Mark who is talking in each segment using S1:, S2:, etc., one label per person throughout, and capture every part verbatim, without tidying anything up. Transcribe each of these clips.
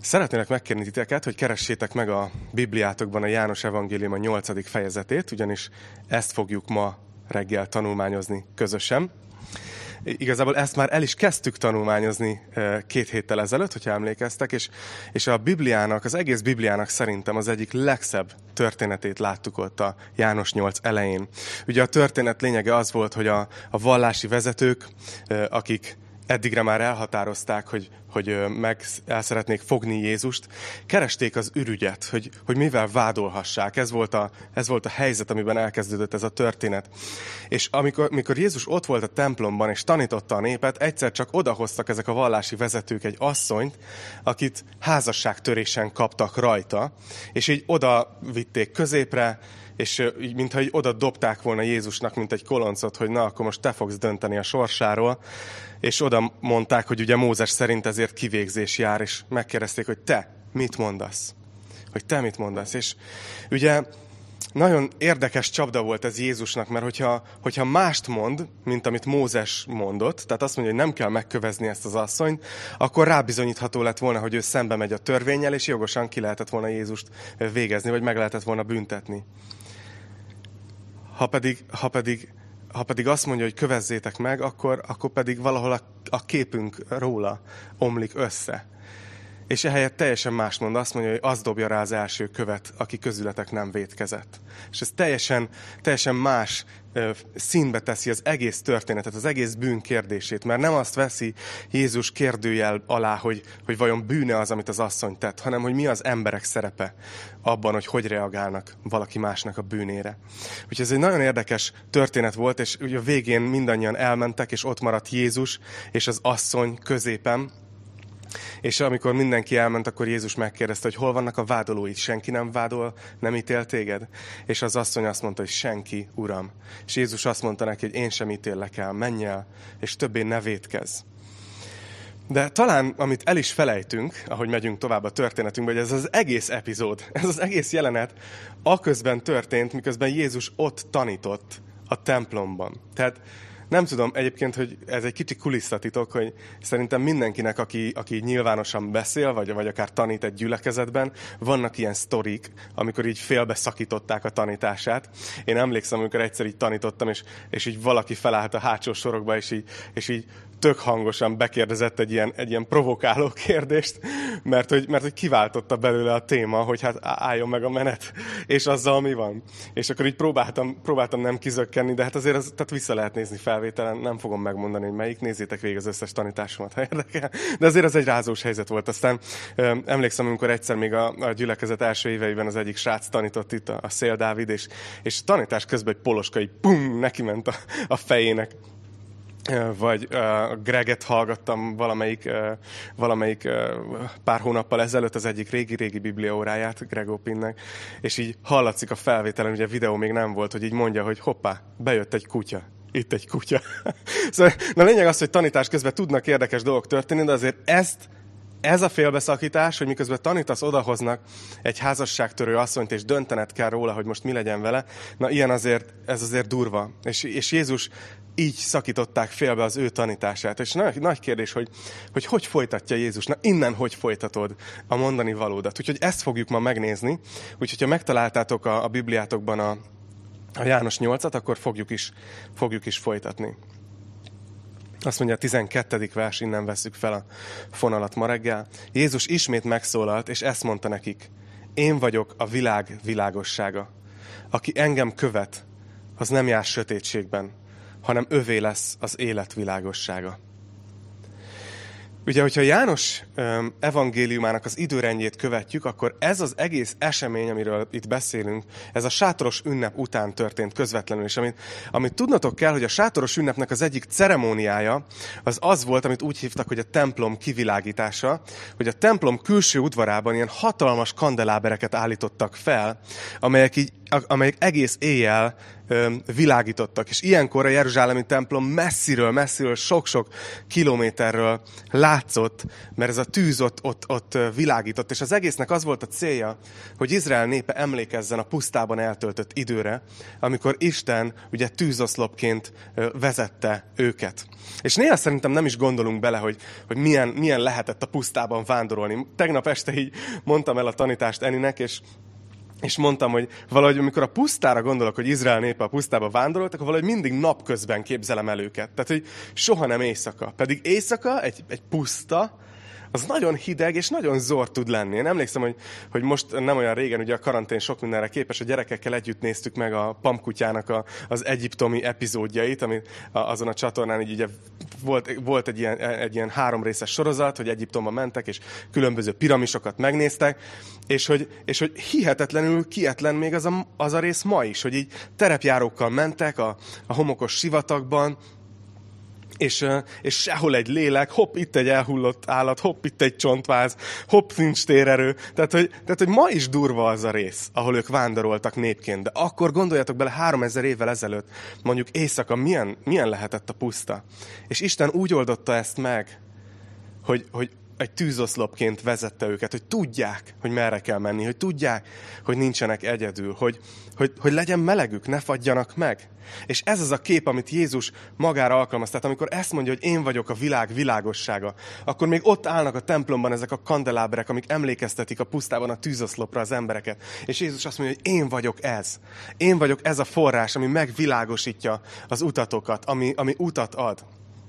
S1: Szeretnélek megkérni titeket, hogy keressétek meg a Bibliátokban a János Evangélium a nyolcadik fejezetét, ugyanis ezt fogjuk ma reggel tanulmányozni közösen. Igazából ezt már el is kezdtük tanulmányozni két héttel ezelőtt, hogyha emlékeztek, és, és a Bibliának, az egész Bibliának szerintem az egyik legszebb történetét láttuk ott a János nyolc elején. Ugye a történet lényege az volt, hogy a, a vallási vezetők, akik eddigre már elhatározták, hogy, hogy meg el szeretnék fogni Jézust, keresték az ürügyet, hogy, hogy mivel vádolhassák. Ez volt, a, ez volt a helyzet, amiben elkezdődött ez a történet. És amikor, amikor Jézus ott volt a templomban, és tanította a népet, egyszer csak odahoztak ezek a vallási vezetők egy asszonyt, akit házasságtörésen kaptak rajta, és így oda vitték középre, és így, mintha így oda dobták volna Jézusnak, mint egy koloncot, hogy na, akkor most te fogsz dönteni a sorsáról, és oda mondták, hogy ugye Mózes szerint ezért kivégzés jár, és megkérdezték, hogy te mit mondasz? Hogy te mit mondasz? És ugye nagyon érdekes csapda volt ez Jézusnak, mert hogyha, hogyha mást mond, mint amit Mózes mondott, tehát azt mondja, hogy nem kell megkövezni ezt az asszonyt, akkor rábizonyítható lett volna, hogy ő szembe megy a törvénnyel, és jogosan ki lehetett volna Jézust végezni, vagy meg lehetett volna büntetni. Ha pedig, ha pedig, ha pedig azt mondja, hogy kövezzétek meg, akkor, akkor pedig valahol a, a képünk róla omlik össze. És ehelyett teljesen más mond, azt mondja, hogy az dobja rá az első követ, aki közületek nem vétkezett. És ez teljesen, teljesen más ö, színbe teszi az egész történetet, az egész bűn kérdését, mert nem azt veszi Jézus kérdőjel alá, hogy, hogy vajon bűne az, amit az asszony tett, hanem hogy mi az emberek szerepe abban, hogy hogy reagálnak valaki másnak a bűnére. Úgyhogy ez egy nagyon érdekes történet volt, és ugye a végén mindannyian elmentek, és ott maradt Jézus és az asszony középen. És amikor mindenki elment, akkor Jézus megkérdezte, hogy hol vannak a vádolóid, senki nem vádol, nem ítél téged? És az asszony azt mondta, hogy senki, Uram. És Jézus azt mondta neki, hogy én sem ítéllek el, menj el, és többé ne vétkezz. De talán, amit el is felejtünk, ahogy megyünk tovább a történetünkbe, hogy ez az egész epizód, ez az egész jelenet aközben történt, miközben Jézus ott tanított a templomban. Tehát nem tudom egyébként, hogy ez egy kicsi kulisszatitok, hogy szerintem mindenkinek, aki, aki nyilvánosan beszél, vagy, vagy akár tanít egy gyülekezetben, vannak ilyen sztorik, amikor így félbeszakították a tanítását. Én emlékszem, amikor egyszer így tanítottam, és, és így valaki felállt a hátsó sorokba, és így, és így tök hangosan bekérdezett egy ilyen, egy ilyen provokáló kérdést, mert hogy, mert hogy kiváltotta belőle a téma, hogy hát álljon meg a menet, és azzal mi van. És akkor így próbáltam, próbáltam nem kizökkenni, de hát azért az, tehát vissza lehet nézni felvételen, nem fogom megmondani, hogy melyik, nézzétek végig az összes tanításomat, ha érdekel. De azért az egy rázós helyzet volt. Aztán emlékszem, amikor egyszer még a, a gyülekezet első éveiben az egyik srác tanított itt, a, a Szél Dávid, és, és a tanítás közben egy poloska így pum, neki ment a, a fejének. Vagy uh, Greget hallgattam valamelyik, uh, valamelyik uh, pár hónappal ezelőtt az egyik régi-régi bibliaóráját Greg Opinnek, és így hallatszik a felvételen, ugye a videó még nem volt, hogy így mondja, hogy hoppá, bejött egy kutya. Itt egy kutya. Szóval, na lényeg az, hogy tanítás közben tudnak érdekes dolgok történni, de azért ezt, ez a félbeszakítás, hogy miközben tanítasz, odahoznak egy házasságtörő asszonyt, és döntened kell róla, hogy most mi legyen vele, na ilyen azért, ez azért durva. És, és Jézus így szakították félbe az ő tanítását. És nagy, nagy kérdés, hogy, hogy hogy folytatja Jézus. Na innen hogy folytatod a mondani valódat. Úgyhogy ezt fogjuk ma megnézni. Úgyhogy ha megtaláltátok a, a Bibliátokban a, a János nyolcat, akkor fogjuk is, fogjuk is folytatni. Azt mondja a tizenkettedik vers, innen vesszük fel a fonalat ma reggel. Jézus ismét megszólalt, és ezt mondta nekik. Én vagyok a világ világossága. Aki engem követ, az nem jár sötétségben, hanem övé lesz az élet világossága. Ugye, hogyha János um, evangéliumának az időrendjét követjük, akkor ez az egész esemény, amiről itt beszélünk, ez a sátoros ünnep után történt közvetlenül. És amit, amit tudnotok kell, hogy a sátoros ünnepnek az egyik ceremóniája az az volt, amit úgy hívtak, hogy a templom kivilágítása, hogy a templom külső udvarában ilyen hatalmas kandelábereket állítottak fel, amelyek így amelyek egész éjjel ö, világítottak. És ilyenkor a jeruzsálemi templom messziről, messziről, sok-sok kilométerről látszott, mert ez a tűz ott, ott, ott világított. És az egésznek az volt a célja, hogy Izrael népe emlékezzen a pusztában eltöltött időre, amikor Isten ugye tűzoszlopként vezette őket. És néha szerintem nem is gondolunk bele, hogy, hogy milyen, milyen lehetett a pusztában vándorolni. Tegnap este így mondtam el a tanítást Eninek, és És mondtam, hogy valahogy amikor a pusztára gondolok, hogy Izrael népe a pusztába vándorolt, akkor valahogy mindig napközben képzelem el őket. Tehát, hogy soha nem éjszaka. Pedig éjszaka, egy, egy puszta, az nagyon hideg és nagyon zord tud lenni. Én emlékszem, hogy, hogy most nem olyan régen, ugye a karantén sok mindenre képes, a gyerekekkel együtt néztük meg a Pamkutyának a, az egyiptomi epizódjait, ami azon a csatornán így ugye volt, volt egy, ilyen, egy ilyen három részes sorozat, hogy Egyiptomba mentek, és különböző piramisokat megnéztek, és hogy, és hogy hihetetlenül kietlen még az a, az a rész ma is, hogy így terepjárókkal mentek a, a homokos sivatagban, És, és sehol egy lélek, hopp, itt egy elhullott állat, hopp, itt egy csontváz, hopp, nincs térerő. Tehát hogy, tehát, hogy ma is durva az a rész, ahol ők vándoroltak népként. De akkor gondoljatok bele, háromezer évvel ezelőtt, mondjuk éjszaka, milyen, milyen lehetett a puszta. És Isten úgy oldotta ezt meg, hogy, hogy egy tűzoszlopként vezette őket, hogy tudják, hogy merre kell menni, hogy tudják, hogy nincsenek egyedül, hogy, hogy, hogy legyen melegük, ne fagyjanak meg. És ez az a kép, amit Jézus magára alkalmaz. Tehát amikor ezt mondja, hogy én vagyok a világ világossága, akkor még ott állnak a templomban ezek a kandeláberek, amik emlékeztetik a pusztában a tűzoszlopra az embereket. És Jézus azt mondja, hogy én vagyok ez. Én vagyok ez a forrás, ami megvilágosítja az utatokat, ami, ami utat ad.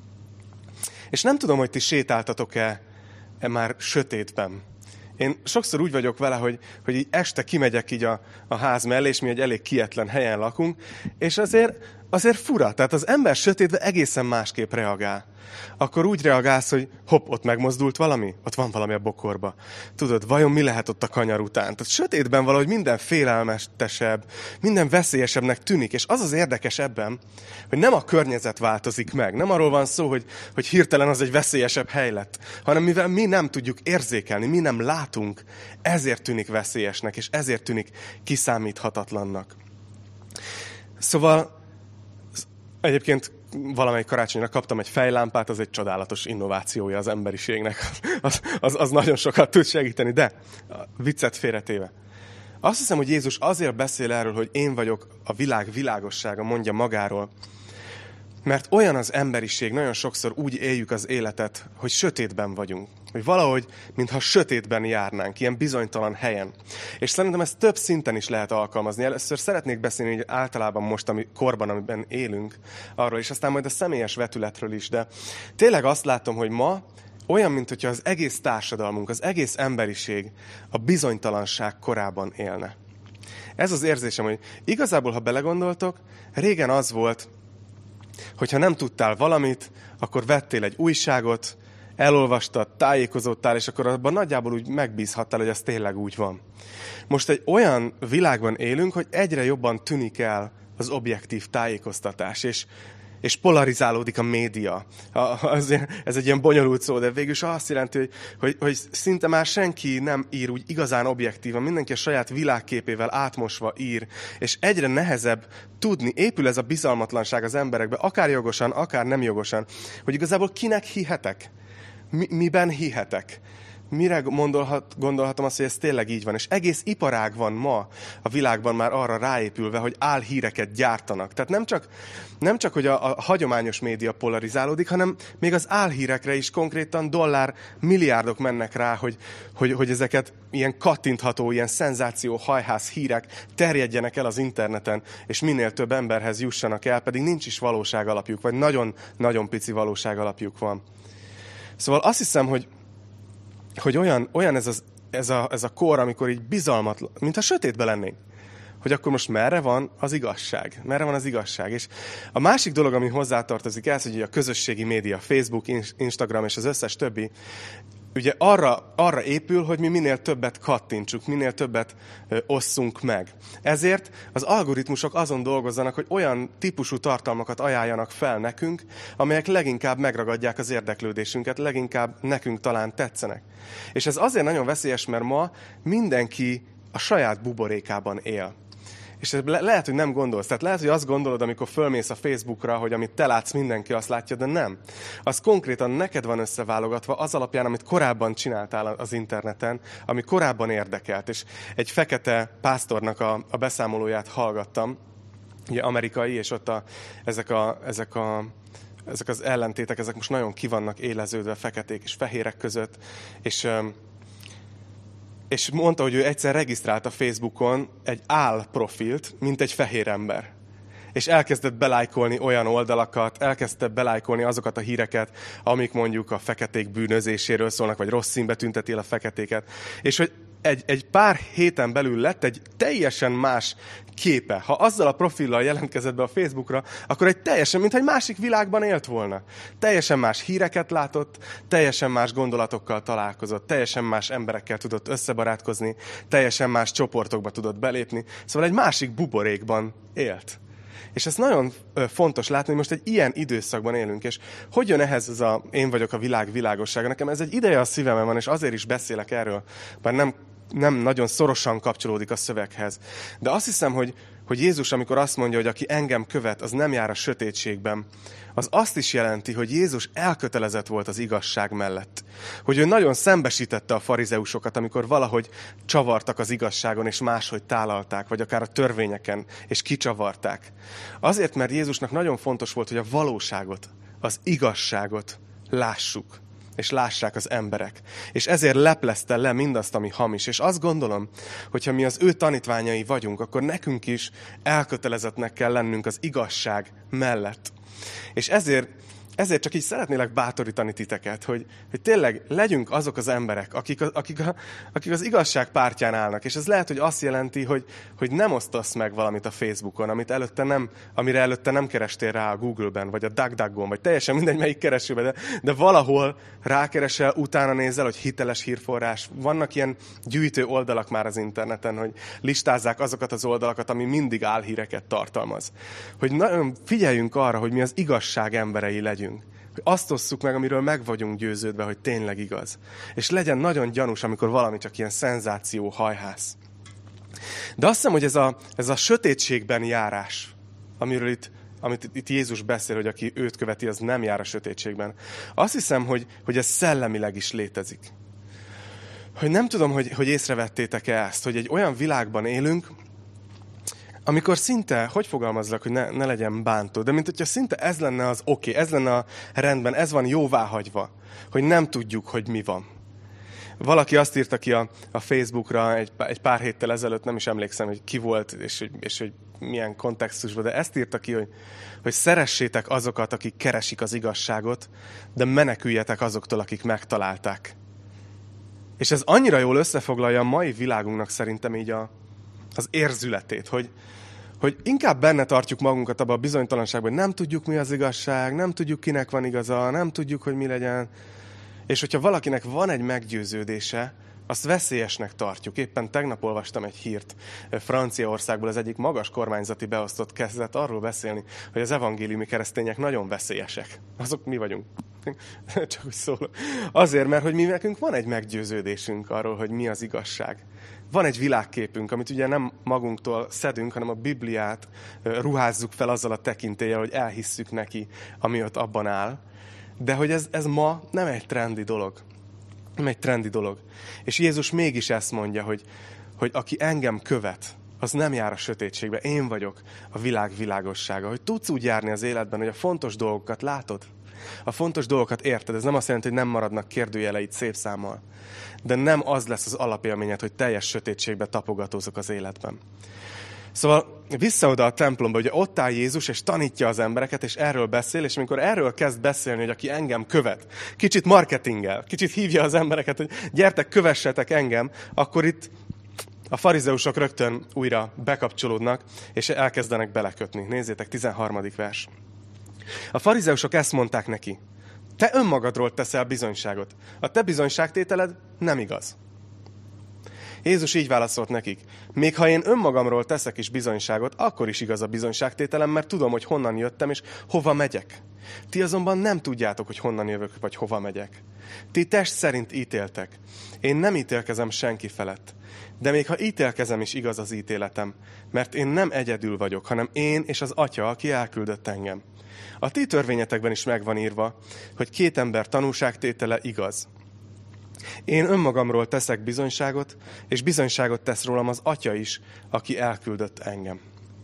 S1: És nem tudom, hogy ti sétáltatok-e e már sötétben. Én sokszor úgy vagyok vele, hogy, hogy így este kimegyek így a, a ház mellé, és mi egy elég kietlen helyen lakunk, és azért, azért fura. Tehát az ember sötétben egészen másképp reagál. Akkor úgy reagálsz, hogy hopp, ott megmozdult valami? Ott van valami a bokorba. Tudod, vajon mi lehet ott a kanyar után? Tehát sötétben valahogy minden félelmetesebb, minden veszélyesebbnek tűnik. És az az érdekes ebben, hogy nem a környezet változik meg. Nem arról van szó, hogy, hogy hirtelen az egy veszélyesebb hely lett, hanem mivel mi nem tudjuk érzékelni, mi nem látunk, ezért tűnik veszélyesnek, és ezért tűnik kiszámíthatatlannak. Szóval egyébként valamelyik karácsonyra kaptam egy fejlámpát, az egy csodálatos innovációja az emberiségnek. Az, az, az nagyon sokat tud segíteni, de viccet félretéve. Azt hiszem, hogy Jézus azért beszél erről, hogy én vagyok a világ világossága, mondja magáról, mert olyan az emberiség, nagyon sokszor úgy éljük az életet, hogy sötétben vagyunk. Hogy valahogy, mintha sötétben járnánk, ilyen bizonytalan helyen. És szerintem ezt több szinten is lehet alkalmazni. Először szeretnék beszélni, hogy általában most, ami korban, amiben élünk, arról, és aztán majd a személyes vetületről is. De tényleg azt látom, hogy ma olyan, mint hogyha az egész társadalmunk, az egész emberiség a bizonytalanság korában élne. Ez az érzésem, hogy igazából, ha belegondoltok, régen az volt, hogyha nem tudtál valamit, akkor vettél egy újságot, elolvastad, tájékozódtál, és akkor abban nagyjából úgy megbízhattál, hogy ez tényleg úgy van. Most egy olyan világban élünk, hogy egyre jobban tűnik el az objektív tájékoztatás, és, és polarizálódik a média. Ez egy ilyen bonyolult szó, de végül is azt jelenti, hogy, hogy, hogy szinte már senki nem ír úgy igazán objektívan, mindenki a saját világképével átmosva ír, és egyre nehezebb tudni, épül ez a bizalmatlanság az emberekbe, akár jogosan, akár nem jogosan, hogy igazából kinek hihetek, Mi, miben hihetek. Mire gondolhat, gondolhatom azt, hogy ez tényleg így van. És egész iparág van ma a világban már arra ráépülve, hogy álhíreket gyártanak. Tehát nem csak, nem csak hogy a, a hagyományos média polarizálódik, hanem még az álhírekre is konkrétan dollár milliárdok mennek rá, hogy, hogy, hogy ezeket ilyen kattintható, ilyen szenzáció, hajház hírek terjedjenek el az interneten, és minél több emberhez jussanak el, pedig nincs is valóság alapjuk, vagy nagyon-nagyon pici valóság alapjuk van. Szóval azt hiszem, hogy hogy olyan, olyan ez, az, ez, a, ez a kor, amikor így bizalmatlan, mintha sötétben lennénk, hogy akkor most merre van az igazság? Merre van az igazság? És a másik dolog, ami hozzátartozik ez, hogy a közösségi média, Facebook, Instagram és az összes többi, ugye arra, arra épül, hogy mi minél többet kattintsuk, minél többet ö, osszunk meg. Ezért az algoritmusok azon dolgozzanak, hogy olyan típusú tartalmakat ajánljanak fel nekünk, amelyek leginkább megragadják az érdeklődésünket, leginkább nekünk talán tetszenek. És ez azért nagyon veszélyes, mert ma mindenki a saját buborékában él. És le- lehet, hogy nem gondolsz. Tehát lehet, hogy azt gondolod, amikor fölmész a Facebookra, hogy amit te látsz, mindenki azt látja, de nem. Az konkrétan neked van összeválogatva az alapján, amit korábban csináltál az interneten, ami korábban érdekelt. És egy fekete pásztornak a, a beszámolóját hallgattam, ugye amerikai, és ott a, ezek, a, ezek, a, ezek az ellentétek, ezek most nagyon ki vannak éleződve feketék és fehérek között, és... És mondta, hogy ő egyszer regisztrált a Facebookon egy áll profilt, mint egy fehér ember. És elkezdett belájkolni olyan oldalakat, elkezdett belájkolni azokat a híreket, amik mondjuk a feketék bűnözéséről szólnak, vagy rossz színbe tüntetél a feketéket. És hogy egy, egy pár héten belül lett egy teljesen más képe. Ha azzal a profillal jelentkezett be a Facebookra, akkor egy teljesen, mintha egy másik világban élt volna. Teljesen más híreket látott, teljesen más gondolatokkal találkozott, teljesen más emberekkel tudott összebarátkozni, teljesen más csoportokba tudott belépni. Szóval egy másik buborékban élt. És ez nagyon fontos látni, hogy most egy ilyen időszakban élünk, és hogy jön ehhez ez a én vagyok a világ világossága. Nekem ez egy ideje a szívemen van, és azért is beszélek erről, bár nem, nem nagyon szorosan kapcsolódik a szöveghez. De azt hiszem, hogy, hogy Jézus, amikor azt mondja, hogy aki engem követ, az nem jár a sötétségben, az azt is jelenti, hogy Jézus elkötelezett volt az igazság mellett. Hogy ő nagyon szembesítette a farizeusokat, amikor valahogy csavartak az igazságon, és máshogy tálalták, vagy akár a törvényeken, és kicsavarták. Azért, mert Jézusnak nagyon fontos volt, hogy a valóságot, az igazságot lássuk, és lássák az emberek. És ezért leplezte le mindazt, ami hamis. És azt gondolom, hogyha mi az ő tanítványai vagyunk, akkor nekünk is elkötelezettnek kell lennünk az igazság mellett. És ezért, ezért csak így szeretnélek bátorítani titeket, hogy, hogy tényleg legyünk azok az emberek, akik, a, akik, a, akik az igazság pártján állnak. És ez lehet, hogy azt jelenti, hogy, hogy nem osztasz meg valamit a Facebookon, amit előtte nem, amire előtte nem kerestél rá a Google-ben, vagy a DuckDuckgon, vagy teljesen mindegy, melyik keresőben, de, de valahol rákeresel, utána nézel, hogy hiteles hírforrás. Vannak ilyen gyűjtő oldalak már az interneten, hogy listázzák azokat az oldalakat, ami mindig álhíreket tartalmaz. Hogy nagyon figyeljünk arra, hogy mi az igazság emberei legyünk. Hogy azt osszuk meg, amiről meg vagyunk győződve, hogy tényleg igaz. És legyen nagyon gyanús, amikor valami csak ilyen szenzáció hajhász. De azt hiszem, hogy ez a, ez a sötétségben járás, amiről itt, amit itt Jézus beszél, hogy aki őt követi, az nem jár a sötétségben. Azt hiszem, hogy, hogy ez szellemileg is létezik. Hogy nem tudom, hogy, hogy észrevettétek-e ezt, hogy egy olyan világban élünk, amikor szinte, hogy fogalmazlak, hogy ne, ne legyen bántó, de mint hogyha szinte ez lenne az oké, okay, ez lenne a rendben, ez van jóváhagyva, hogy nem tudjuk, hogy mi van. Valaki azt írta ki a, a Facebookra egy, egy pár héttel ezelőtt, nem is emlékszem, hogy ki volt, és hogy, és hogy milyen kontextusban, de ezt írta ki, hogy, hogy szeressétek azokat, akik keresik az igazságot, de meneküljetek azoktól, akik megtalálták. És ez annyira jól összefoglalja a mai világunknak szerintem így a az érzületét, hogy, hogy inkább benne tartjuk magunkat abban a bizonytalanságban, hogy nem tudjuk, mi az igazság, nem tudjuk, kinek van igaza, nem tudjuk, hogy mi legyen. És hogyha valakinek van egy meggyőződése, azt veszélyesnek tartjuk. Éppen tegnap olvastam egy hírt Franciaországból, az egyik magas kormányzati beosztott kezdett arról beszélni, hogy az evangéliumi keresztények nagyon veszélyesek. Azok mi vagyunk. Csak úgy szól. Azért, mert hogy mi nekünk van egy meggyőződésünk arról, hogy mi az igazság. Van egy világképünk, amit ugye nem magunktól szedünk, hanem a Bibliát ruházzuk fel azzal a tekintéllyel, hogy elhisszük neki, ami ott abban áll. De hogy ez, ez ma nem egy trendi dolog. Nem egy trendi dolog. És Jézus mégis ezt mondja, hogy, hogy aki engem követ, az nem jár a sötétségbe. Én vagyok a világ világossága. Hogy tudsz úgy járni az életben, hogy a fontos dolgokat látod. A fontos dolgokat érted. Ez nem azt jelenti, hogy nem maradnak kérdőjeleid szép számmal. De nem az lesz az alapélményed, hogy teljes sötétségbe tapogatózok az életben. Szóval vissza oda a templomba, ugye ott áll Jézus, és tanítja az embereket, és erről beszél, és amikor erről kezd beszélni, hogy aki engem követ, kicsit marketingel, kicsit hívja az embereket, hogy gyertek, kövessetek engem, akkor itt a farizeusok rögtön újra bekapcsolódnak, és elkezdenek belekötni. Nézzétek, tizenharmadik vers. A farizeusok ezt mondták neki. Te önmagadról teszel bizonyságot. A te bizonyságtételed nem igaz. Jézus így válaszolt nekik. Még ha én önmagamról teszek is bizonyságot, akkor is igaz a bizonyságtételem, mert tudom, hogy honnan jöttem és hova megyek. Ti azonban nem tudjátok, hogy honnan jövök, vagy hova megyek. Ti test szerint ítéltek. Én nem ítélkezem senki felett. De még ha ítélkezem is, igaz az ítéletem, mert én nem egyedül vagyok, hanem én és az Atya, aki elküldött engem. A ti törvényetekben is megvan írva, hogy két ember tanúságtétele igaz. Én önmagamról teszek bizonyságot, és bizonyságot tesz rólam az Atya is, aki elküldött engem.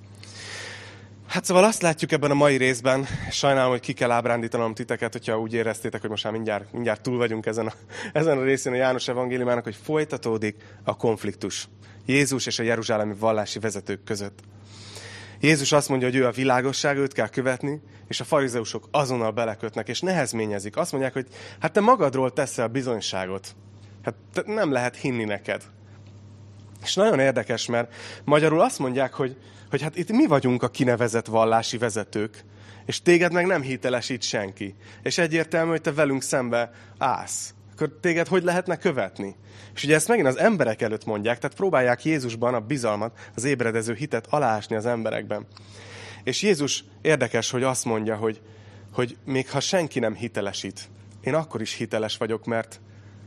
S1: Hát szóval azt látjuk ebben a mai részben, sajnálom, hogy ki kell ábrándítanom titeket, hogyha úgy éreztétek, hogy most már mindjárt, mindjárt túl vagyunk ezen a, ezen a részén a János evangéliumának, hogy folytatódik a konfliktus Jézus és a jeruzsálemi vallási vezetők között. Jézus azt mondja, hogy ő a világosság, őt kell követni, és a farizeusok azonnal belekötnek, és nehezményezik. Azt mondják, hogy hát te magadról teszel bizonyságot. Hát nem lehet hinni neked. És nagyon érdekes, mert magyarul azt mondják, hogy, hogy hát itt mi vagyunk a kinevezett vallási vezetők, és téged meg nem hitelesít senki. És egyértelmű, hogy te velünk szembe állsz. Akkor téged hogy lehetne követni? És ugye ezt megint az emberek előtt mondják, tehát próbálják Jézusban a bizalmat, az ébredező hitet aláásni az emberekben. És Jézus érdekes, hogy azt mondja, hogy, hogy még ha senki nem hitelesít, én akkor is hiteles vagyok, mert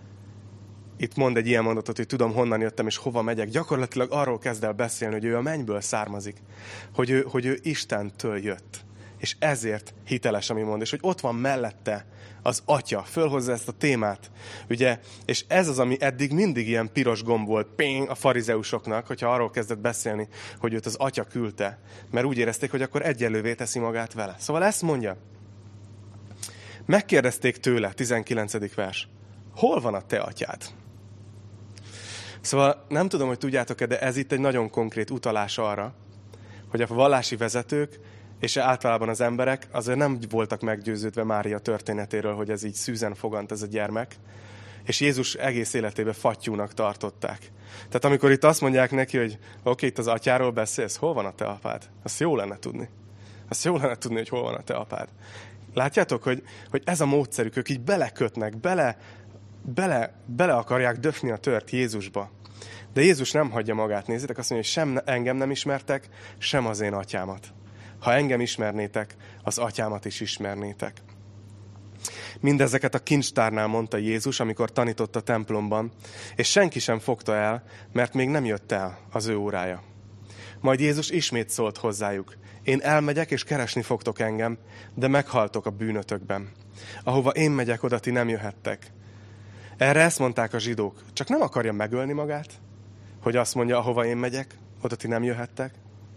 S1: itt mond egy ilyen mondatot, hogy tudom, honnan jöttem és hova megyek. Gyakorlatilag arról kezd el beszélni, hogy ő a mennyből származik, hogy ő, hogy ő Istentől jött. És ezért hiteles, ami mond, és hogy ott van mellette az Atya, fölhozza ezt a témát, ugye, és ez az, ami eddig mindig ilyen piros gomb volt, péng, a farizeusoknak, hogyha arról kezdett beszélni, hogy őt az Atya küldte, mert úgy érezték, hogy akkor egyenlővé teszi magát vele. Szóval ezt mondja. Megkérdezték tőle, tizenkilencedik vers, hol van a te atyád? Szóval nem tudom, hogy tudjátok-e, de ez itt egy nagyon konkrét utalás arra, hogy a vallási vezetők és általában az emberek azért nem voltak meggyőződve Mária történetéről, hogy ez így szűzen fogant ez a gyermek, és Jézus egész életében fattyúnak tartották. Tehát amikor itt azt mondják neki, hogy oké, okay, itt az atyáról beszélsz, hol van a te apád? Azt jó lenne tudni. Azt jó lenne tudni, hogy hol van a te apád. Látjátok, hogy, hogy ez a módszerük, ők így belekötnek, bele, bele, bele akarják döfni a tört Jézusba. De Jézus nem hagyja magát, nézzétek, azt mondja, hogy sem engem nem ismertek, sem az én atyámat. Ha engem ismernétek, az atyámat is ismernétek. Mindezeket a kincstárnál mondta Jézus, amikor tanított a templomban, és senki sem fogta el, mert még nem jött el az ő órája. Majd Jézus ismét szólt hozzájuk. Én elmegyek, és keresni fogtok engem, de meghaltok a bűnötökben. Ahova én megyek, oda ti nem jöhettek. Erre ezt mondták a zsidók. Csak nem akarja megölni magát, hogy azt mondja, ahova én megyek, oda ti nem jöhettek.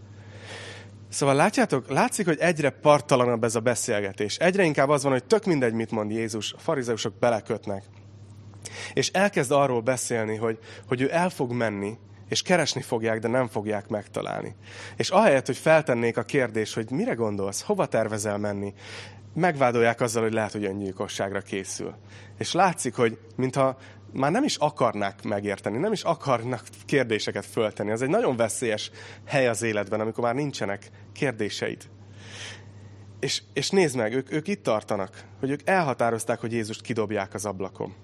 S1: Szóval látjátok, látszik, hogy egyre partalanabb ez a beszélgetés. Egyre inkább az van, hogy tök mindegy, mit mond Jézus, a farizeusok belekötnek. És elkezd arról beszélni, hogy, hogy ő el fog menni, és keresni fogják, de nem fogják megtalálni. És ahelyett, hogy feltennék a kérdést, hogy mire gondolsz, hova tervezel menni, megvádolják azzal, hogy lehet, hogy öngyilkosságra készül. És látszik, hogy mintha már nem is akarnák megérteni, nem is akarnak kérdéseket föltenni. Ez egy nagyon veszélyes hely az életben, amikor már nincsenek kérdéseid. És, és nézd meg, ők, ők itt tartanak, hogy ők elhatározták, hogy Jézust kidobják az ablakon.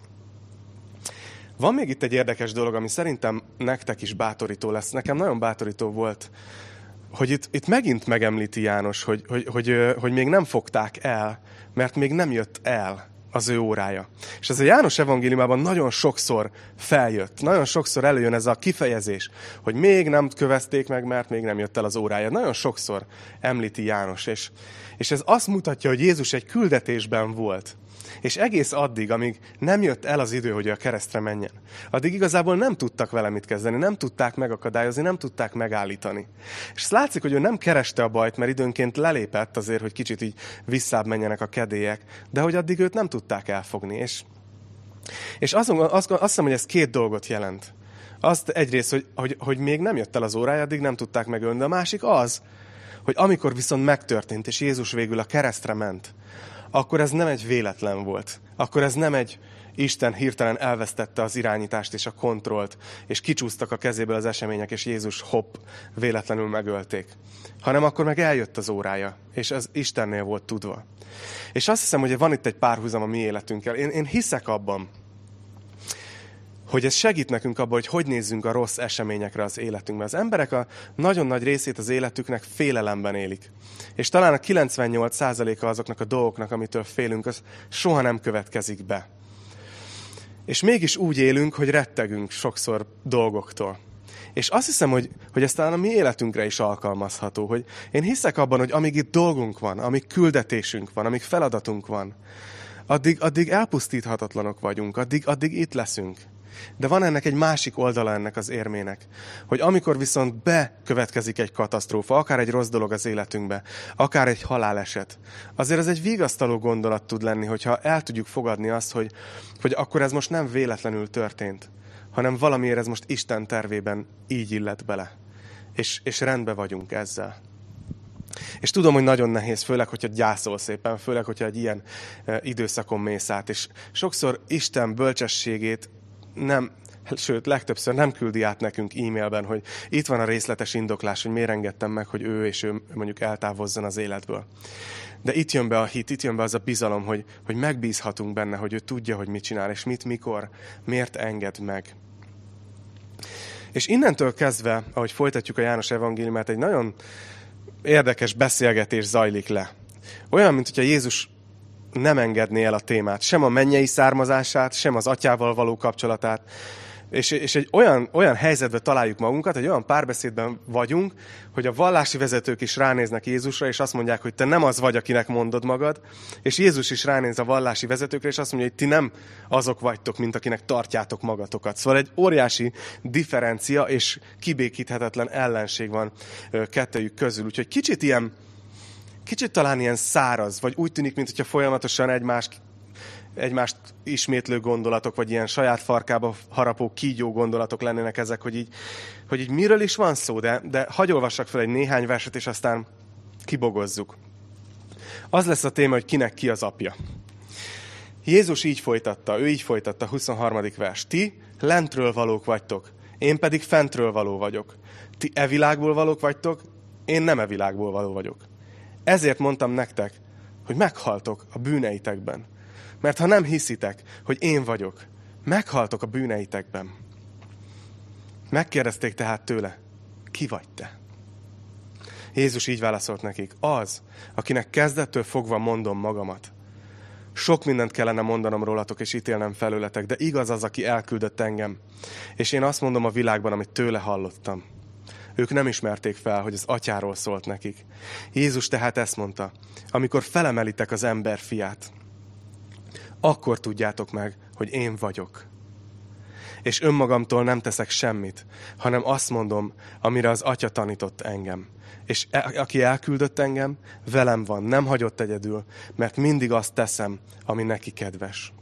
S1: Van még itt egy érdekes dolog, ami szerintem nektek is bátorító lesz. Nekem nagyon bátorító volt, hogy itt, itt megint megemlíti János, hogy, hogy, hogy, hogy még nem fogták el, mert még nem jött el az ő órája. És ez a János evangéliumában nagyon sokszor feljött, nagyon sokszor előjön ez a kifejezés, hogy még nem kövezték meg, mert még nem jött el az órája. Nagyon sokszor említi János, és, és ez azt mutatja, hogy Jézus egy küldetésben volt. És egész addig, amíg nem jött el az idő, hogy a keresztre menjen, addig igazából nem tudtak vele mit kezdeni, nem tudták megakadályozni, nem tudták megállítani. És ezt látszik, hogy ő nem kereste a bajt, mert időnként lelépett azért, hogy kicsit így visszább menjenek a kedélyek, de hogy addig őt nem tudták elfogni. És, és azt, azt, azt hiszem, hogy ez két dolgot jelent. Azt egyrészt, hogy, hogy, hogy még nem jött el az órája, addig nem tudták megölni, de a másik az, hogy amikor viszont megtörtént, és Jézus végül a keresztre ment, akkor ez nem egy véletlen volt. Akkor ez nem egy Isten hirtelen elvesztette az irányítást és a kontrollt, és kicsúsztak a kezéből az események, és Jézus hopp, véletlenül megölték. Hanem akkor meg eljött az órája, és ez Istennél volt tudva. És azt hiszem, hogy van itt egy párhuzam a mi életünkkel. Én, én hiszek abban, hogy ez segít nekünk abban, hogy hogy nézzünk a rossz eseményekre az életünkben. Az emberek a nagyon nagy részét az életüknek félelemben élik. És talán a kilencvennyolc százaléka azoknak a dolgoknak, amitől félünk, az soha nem következik be. És mégis úgy élünk, hogy rettegünk sokszor dolgoktól. És azt hiszem, hogy, hogy ez talán a mi életünkre is alkalmazható, hogy én hiszek abban, hogy amíg itt dolgunk van, amíg küldetésünk van, amíg feladatunk van, addig, addig elpusztíthatatlanok vagyunk, addig, addig itt leszünk. De van ennek egy másik oldala ennek az érmének, hogy amikor viszont bekövetkezik egy katasztrófa, akár egy rossz dolog az életünkbe, akár egy haláleset, azért ez egy vigasztaló gondolat tud lenni, hogyha el tudjuk fogadni azt, hogy, hogy akkor ez most nem véletlenül történt, hanem valamiért ez most Isten tervében így illet bele. És, és rendben vagyunk ezzel. És tudom, hogy nagyon nehéz, főleg, hogyha gyászolsz éppen, főleg, hogyha egy ilyen e, időszakon mész át. És sokszor Isten bölcsességét nem, sőt, legtöbbször nem küldi át nekünk e-mailben, hogy itt van a részletes indoklás, hogy miért engedtem meg, hogy ő és ő mondjuk eltávozzon az életből. De itt jön be a hit, itt jön be az a bizalom, hogy, hogy megbízhatunk benne, hogy ő tudja, hogy mit csinál, és mit, mikor, miért enged meg. És innentől kezdve, ahogy folytatjuk a János evangéliumát, egy nagyon érdekes beszélgetés zajlik le. Olyan, mint hogyha Jézus nem engedné el a témát, sem a mennyei származását, sem az atyával való kapcsolatát. És, és egy olyan, olyan helyzetben találjuk magunkat, egy olyan párbeszédben vagyunk, hogy a vallási vezetők is ránéznek Jézusra, és azt mondják, hogy te nem az vagy, akinek mondod magad, és Jézus is ránéz a vallási vezetőkre, és azt mondja, hogy ti nem azok vagytok, mint akinek tartjátok magatokat. Szóval egy óriási differencia és kibékíthetetlen ellenség van kettejük közül. Úgyhogy kicsit ilyen, kicsit talán ilyen száraz, vagy úgy tűnik, mintha folyamatosan egymást egymást ismétlő gondolatok, vagy ilyen saját farkába harapó, kígyó gondolatok lennének ezek, hogy így, hogy így miről is van szó, de, de hadd olvassak fel egy néhány verset, és aztán kibogozzuk. Az lesz a téma, hogy kinek ki az apja. Jézus így folytatta, ő így folytatta, huszonharmadik vers. Ti lentről valók vagytok, én pedig fentről való vagyok. Ti e világból valók vagytok, én nem e világból való vagyok. Ezért mondtam nektek, hogy meghaltok a bűneitekben. Mert ha nem hiszitek, hogy én vagyok, meghaltok a bűneitekben. Megkérdezték tehát tőle, ki vagy te? Jézus így válaszolt nekik, az, akinek kezdettől fogva mondom magamat. Sok mindent kellene mondanom rólatok és ítélnem felőletek, de igaz az, aki elküldött engem. És én azt mondom a világban, amit tőle hallottam. Ők nem ismerték fel, hogy az atyáról szólt nekik. Jézus tehát ezt mondta, amikor felemelitek az ember fiát, akkor tudjátok meg, hogy én vagyok. És önmagamtól nem teszek semmit, hanem azt mondom, amire az Atya tanított engem. És aki elküldött engem, velem van, nem hagyott egyedül, mert mindig azt teszem, ami neki kedves.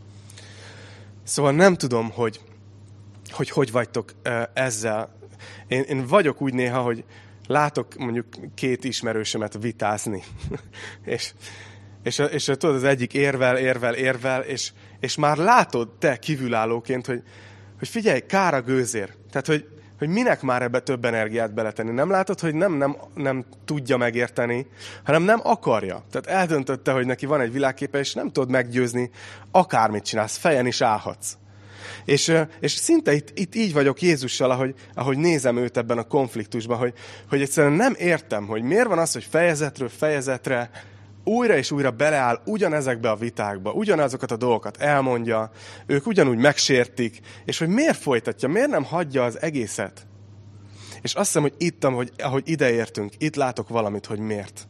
S1: Szóval nem tudom, hogy hogy, hogy vagytok ezzel. Én, én vagyok úgy néha, hogy látok mondjuk két ismerősömet vitázni. és És, és tudod, az egyik érvel, érvel, érvel, és, és már látod te kívülállóként, hogy, hogy figyelj, kár a gőzér. Tehát, hogy, hogy minek már ebbe több energiát beletenni. Nem látod, hogy nem, nem, nem tudja megérteni, hanem nem akarja. Tehát eldöntötte, hogy neki van egy világképe, és nem tudod meggyőzni, akármit csinálsz, fejen is állhatsz. És, és szinte itt, itt így vagyok Jézussal, ahogy, ahogy nézem őt ebben a konfliktusban, hogy, hogy egyszerűen nem értem, hogy miért van az, hogy fejezetről fejezetre újra és újra beleáll ugyanezekbe a vitákba, ugyanazokat a dolgokat elmondja, ők ugyanúgy megsértik, és hogy miért folytatja, miért nem hagyja az egészet. És azt hiszem, hogy itt, ahogy, ahogy ideértünk, itt látok valamit, hogy miért.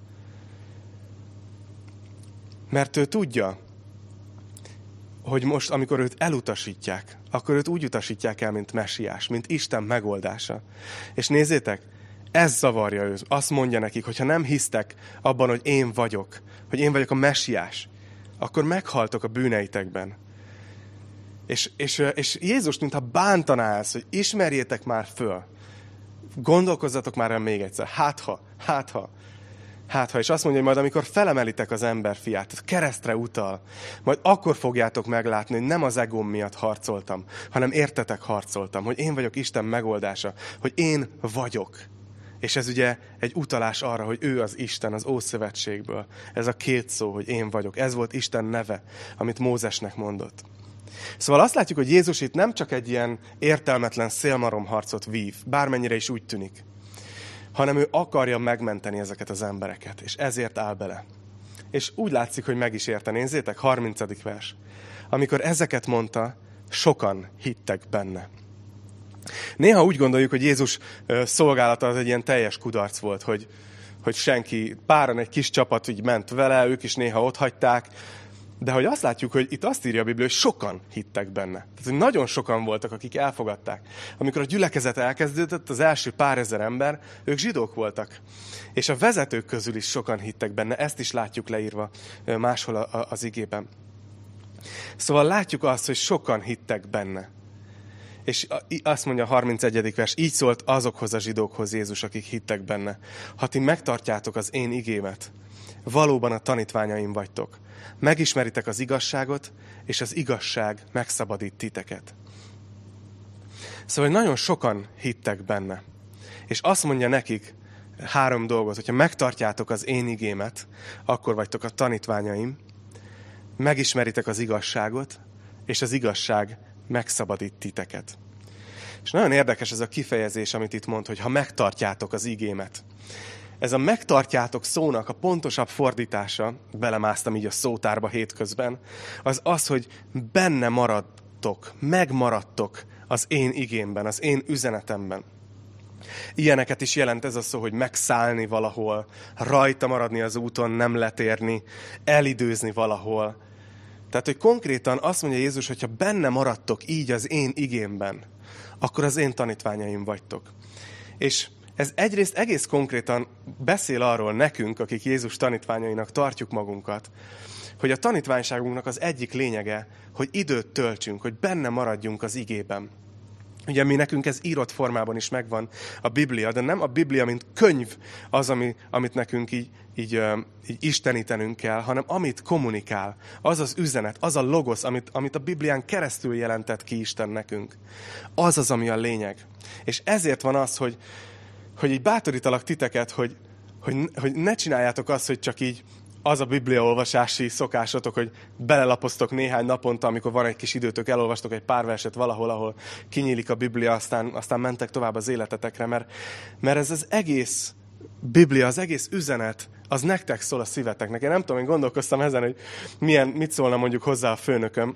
S1: Mert ő tudja, hogy most, amikor őt elutasítják, akkor őt úgy utasítják el, mint messiás, mint Isten megoldása. És nézzétek, ez zavarja őt. Azt mondja nekik, hogy ha nem hisztek abban, hogy én vagyok, hogy én vagyok a messiás, akkor meghaltok a bűneitekben. És, és, és Jézus, mintha bántaná ezt, hogy ismerjétek már föl. Gondolkozzatok már el még egyszer. Hát ha, hát ha, hát ha. És azt mondja, hogy majd amikor felemelitek az ember fiát, tehát keresztre utal, majd akkor fogjátok meglátni, hogy nem az egóm miatt harcoltam, hanem értetek harcoltam, hogy én vagyok Isten megoldása, hogy én vagyok. És ez ugye egy utalás arra, hogy ő az Isten az Ószövetségből. Ez a két szó, hogy én vagyok. Ez volt Isten neve, amit Mózesnek mondott. Szóval azt látjuk, hogy Jézus itt nem csak egy ilyen értelmetlen szélmalomharcot vív, bármennyire is úgy tűnik, hanem ő akarja megmenteni ezeket az embereket, és ezért áll bele. És úgy látszik, hogy meg is érte. Nézzétek, harmincadik vers. Amikor ezeket mondta, sokan hittek benne. Néha úgy gondoljuk, hogy Jézus szolgálata az egy ilyen teljes kudarc volt, hogy, hogy senki, páran egy kis csapat így ment vele, ők is néha otthagyták, de hogy azt látjuk, hogy itt azt írja a Biblia, hogy sokan hittek benne. Tehát, hogy nagyon sokan voltak, akik elfogadták. Amikor a gyülekezet elkezdődött, az első pár ezer ember, ők zsidók voltak. És a vezetők közül is sokan hittek benne. Ezt is látjuk leírva máshol az igében. Szóval látjuk azt, hogy sokan hittek benne. És azt mondja a harmincegyedik vers, így szólt azokhoz a zsidókhoz Jézus, akik hittek benne. Ha ti megtartjátok az én igémet, valóban a tanítványaim vagytok. Megismeritek az igazságot, és az igazság megszabadít titeket. Szóval nagyon sokan hittek benne. És azt mondja nekik három dolgot, hogyha megtartjátok az én igémet, akkor vagytok a tanítványaim, megismeritek az igazságot, és az igazság megszabadít titeket. És nagyon érdekes ez a kifejezés, amit itt mond, hogy ha megtartjátok az igémet. Ez a megtartjátok szónak a pontosabb fordítása, belemásztam így a szótárba hétközben, az az, hogy benne maradtok, megmaradtok az én igémben, az én üzenetemben. Ilyeneket is jelent ez a szó, hogy megszállni valahol, rajta maradni az úton, nem letérni, elidőzni valahol. Tehát, hogy konkrétan azt mondja Jézus, hogyha benne maradtok így az én igémben, akkor az én tanítványaim vagytok. És ez egyrészt egész konkrétan beszél arról nekünk, akik Jézus tanítványainak tartjuk magunkat, hogy a tanítványságunknak az egyik lényege, hogy időt töltsünk, hogy benne maradjunk az igében. Ugye mi nekünk ez írott formában is megvan a Biblia, de nem a Biblia, mint könyv az, ami, amit nekünk így, így, így istenítenünk kell, hanem amit kommunikál, az az üzenet, az a logosz, amit, amit a Biblián keresztül jelentett ki Isten nekünk. Az az, ami a lényeg. És ezért van az, hogy, hogy így bátorítalak titeket, hogy, hogy, hogy ne csináljátok azt, hogy csak így az a bibliaolvasási szokásotok, hogy belelapoztok néhány naponta, amikor van egy kis időtök, elolvastok egy pár verset valahol, ahol kinyílik a Biblia, aztán, aztán mentek tovább az életetekre, mert, mert ez az egész Biblia, az egész üzenet, az nektek szól a szíveteknek. Én nem tudom, én gondolkoztam ezen, hogy milyen, mit szólna mondjuk hozzá a főnököm,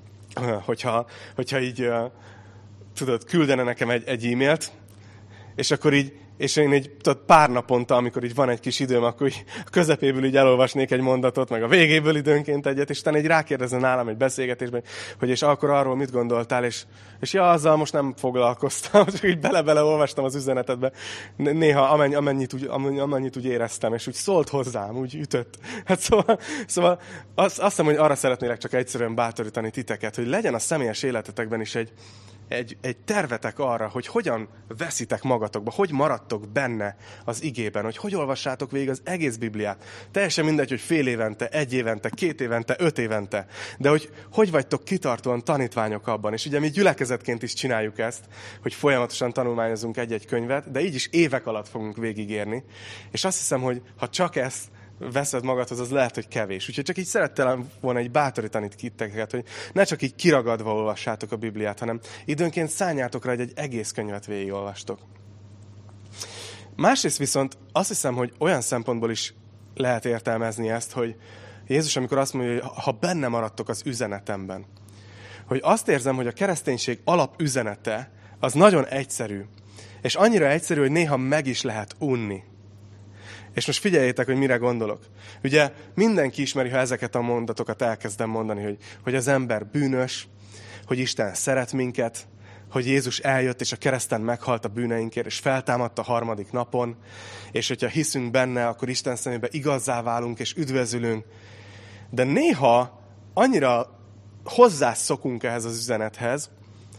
S1: hogyha, hogyha így, tudod, küldene nekem egy, egy e-mailt, és akkor így és én így tudod, pár naponta, amikor így van egy kis időm, akkor így a közepéből így elolvasnék egy mondatot, meg a végéből időnként egyet, és utána így rákérdezne nálam egy beszélgetésben, hogy és akkor arról mit gondoltál, és, és ja, azzal most nem foglalkoztam, csak így bele-bele olvastam az üzenetedbe, néha amennyi, amennyit, úgy, amennyit úgy éreztem, és úgy szólt hozzám, úgy ütött. Hát szóval, szóval azt, azt hiszem, hogy arra szeretnélek csak egyszerűen bátorítani titeket, hogy legyen a személyes életetekben is egy Egy, egy tervetek arra, hogy hogyan veszitek magatokba, hogy maradtok benne az igében, hogy hogy olvassátok végig az egész Bibliát. Teljesen mindegy, hogy fél évente, egy évente, két évente, öt évente, de hogy hogy vagytok kitartóan tanítványok abban. És ugye mi gyülekezetként is csináljuk ezt, hogy folyamatosan tanulmányozunk egy-egy könyvet, de így is évek alatt fogunk végigérni. És azt hiszem, hogy ha csak ezt veszed magadhoz, az lehet, hogy kevés. Úgyhogy csak így szerettem volna egy bátorítani titeket, hogy ne csak így kiragadva olvassátok a Bibliát, hanem időnként szálljátok rá, hogy egy egész könyvet végigolvastok. Másrészt viszont azt hiszem, hogy olyan szempontból is lehet értelmezni ezt, hogy Jézus, amikor azt mondja, hogy ha benne maradtok az üzenetemben, hogy azt érzem, hogy a kereszténység alapüzenete az nagyon egyszerű, és annyira egyszerű, hogy néha meg is lehet unni. És most figyeljétek, hogy mire gondolok. Ugye mindenki ismeri, ha ezeket a mondatokat elkezdem mondani, hogy, hogy az ember bűnös, hogy Isten szeret minket, hogy Jézus eljött, és a kereszten meghalt a bűneinkért, és feltámadt a harmadik napon, és hogyha hiszünk benne, akkor Isten szemében igazzá válunk, és üdvözülünk. De néha annyira hozzászokunk ehhez az üzenethez,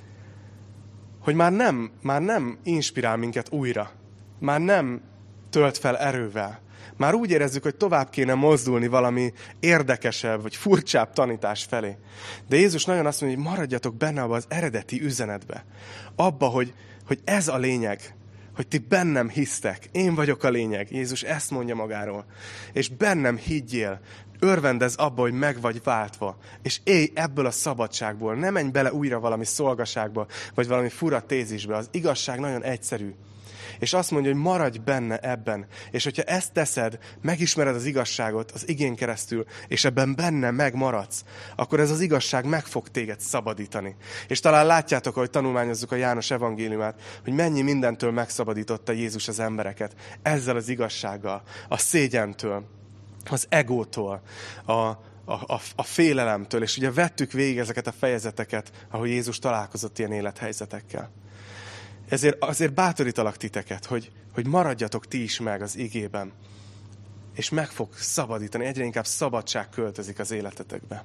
S1: hogy már nem, már nem inspirál minket újra. Már nem tölt fel erővel. Már úgy érezzük, hogy tovább kéne mozdulni valami érdekesebb, vagy furcsább tanítás felé. De Jézus nagyon azt mondja, hogy maradjatok benne abba az eredeti üzenetbe. Abba, hogy, hogy ez a lényeg, hogy ti bennem hisztek. Én vagyok a lényeg. Jézus ezt mondja magáról. És bennem higgyél. Örvendezz abba, hogy meg vagy váltva, és élj ebből a szabadságból. Ne menj bele újra valami szolgaságba, vagy valami fura tézisbe. Az igazság nagyon egyszerű. És azt mondja, hogy maradj benne ebben. És hogyha ezt teszed, megismered az igazságot az igén keresztül, és ebben benne megmaradsz, akkor ez az igazság meg fog téged szabadítani. És talán látjátok, ahogy tanulmányozzuk a János evangéliumát, hogy mennyi mindentől megszabadította Jézus az embereket. Ezzel az igazsággal, a szégyentől, az egótól, a, a, a, a félelemtől. És ugye vettük végig ezeket a fejezeteket, ahogy Jézus találkozott ilyen élethelyzetekkel. Ezért azért bátorítalak titeket, hogy, hogy maradjatok ti is meg az igében, és meg fog szabadítani, egyre inkább szabadság költözik az életetekbe.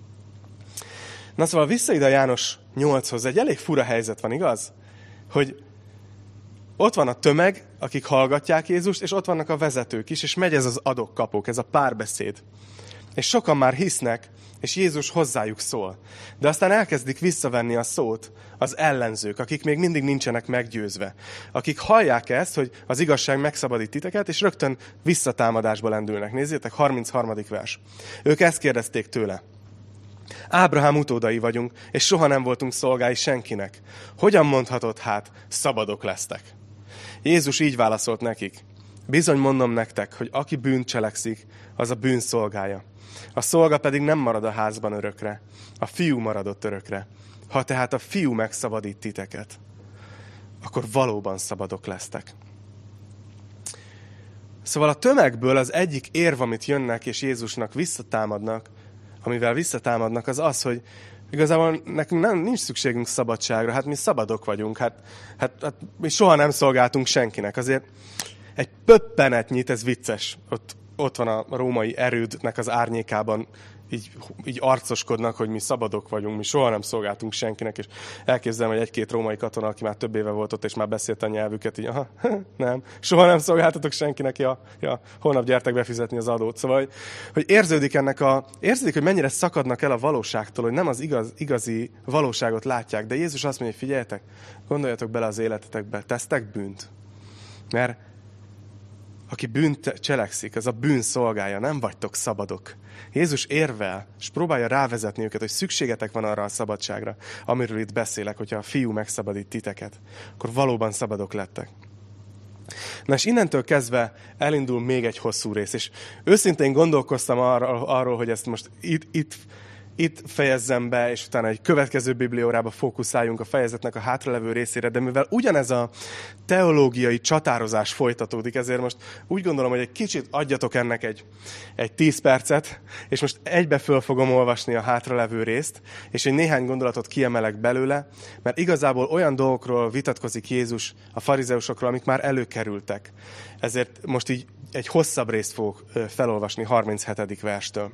S1: Na szóval vissza ide a János nyolchoz, egy elég fura helyzet van, igaz? Hogy ott van a tömeg, akik hallgatják Jézust, és ott vannak a vezetők is, és megy ez az adok-kapok, ez a párbeszéd. És sokan már hisznek, és Jézus hozzájuk szól. De aztán elkezdik visszavenni a szót az ellenzők, akik még mindig nincsenek meggyőzve. Akik hallják ezt, hogy az igazság megszabadít titeket, és rögtön visszatámadásba lendülnek. Nézzétek, harmincharmadik vers. Ők ezt kérdezték tőle. Ábrahám utódai vagyunk, és soha nem voltunk szolgái senkinek. Hogyan mondhatod hát, szabadok lesztek? Jézus így válaszolt nekik. Bizony mondom nektek, hogy aki bűnt cselekszik, az a bűn szolgája. A szolga pedig nem marad a házban örökre. A fiú maradott örökre. Ha tehát a fiú megszabadít titeket, akkor valóban szabadok lesztek. Szóval a tömegből az egyik érv, amit jönnek és Jézusnak visszatámadnak, amivel visszatámadnak, az az, hogy igazából nekünk nem, nincs szükségünk szabadságra, hát mi szabadok vagyunk, hát, hát, hát mi soha nem szolgáltunk senkinek. Azért egy pöppenetnyit, ez vicces, ott, ott van a római erődnek az árnyékában, így, így arcoskodnak, hogy mi szabadok vagyunk, mi soha nem szolgáltunk senkinek, és elképzelem, hogy egy-két római katona, aki már több éve volt ott, és már beszélt a nyelvüket, így, aha, nem, soha nem szolgáltatok senkinek, ja, ja, holnap gyertek befizetni az adót. Szóval, hogy, hogy érződik ennek a, érződik, hogy mennyire szakadnak el a valóságtól, hogy nem az igaz, igazi valóságot látják, de Jézus azt mondja, hogy figyeljetek, gondoljatok bele az életetekbe, tesztek bűnt, mert aki bűnt cselekszik, az a bűn szolgája, nem vagytok szabadok. Jézus érvel, és próbálja rávezetni őket, hogy szükségetek van arra a szabadságra, amiről itt beszélek, hogyha a fiú megszabadít titeket, akkor valóban szabadok lettek. Na és innentől kezdve elindul még egy hosszú rész, és őszintén gondolkoztam arról, arról hogy ezt most itt, itt, itt fejezzem be, és utána egy következő bibliórába fókuszáljunk a fejezetnek a hátralevő részére, de mivel ugyanez a teológiai csatározás folytatódik, ezért most úgy gondolom, hogy egy kicsit adjatok ennek egy, egy tíz percet, és most egybe föl fogom olvasni a hátralevő részt, és egy néhány gondolatot kiemelek belőle, mert igazából olyan dolgokról vitatkozik Jézus a farizeusokról, amik már előkerültek. Ezért most így egy hosszabb részt fogok felolvasni harminchetedik verstől.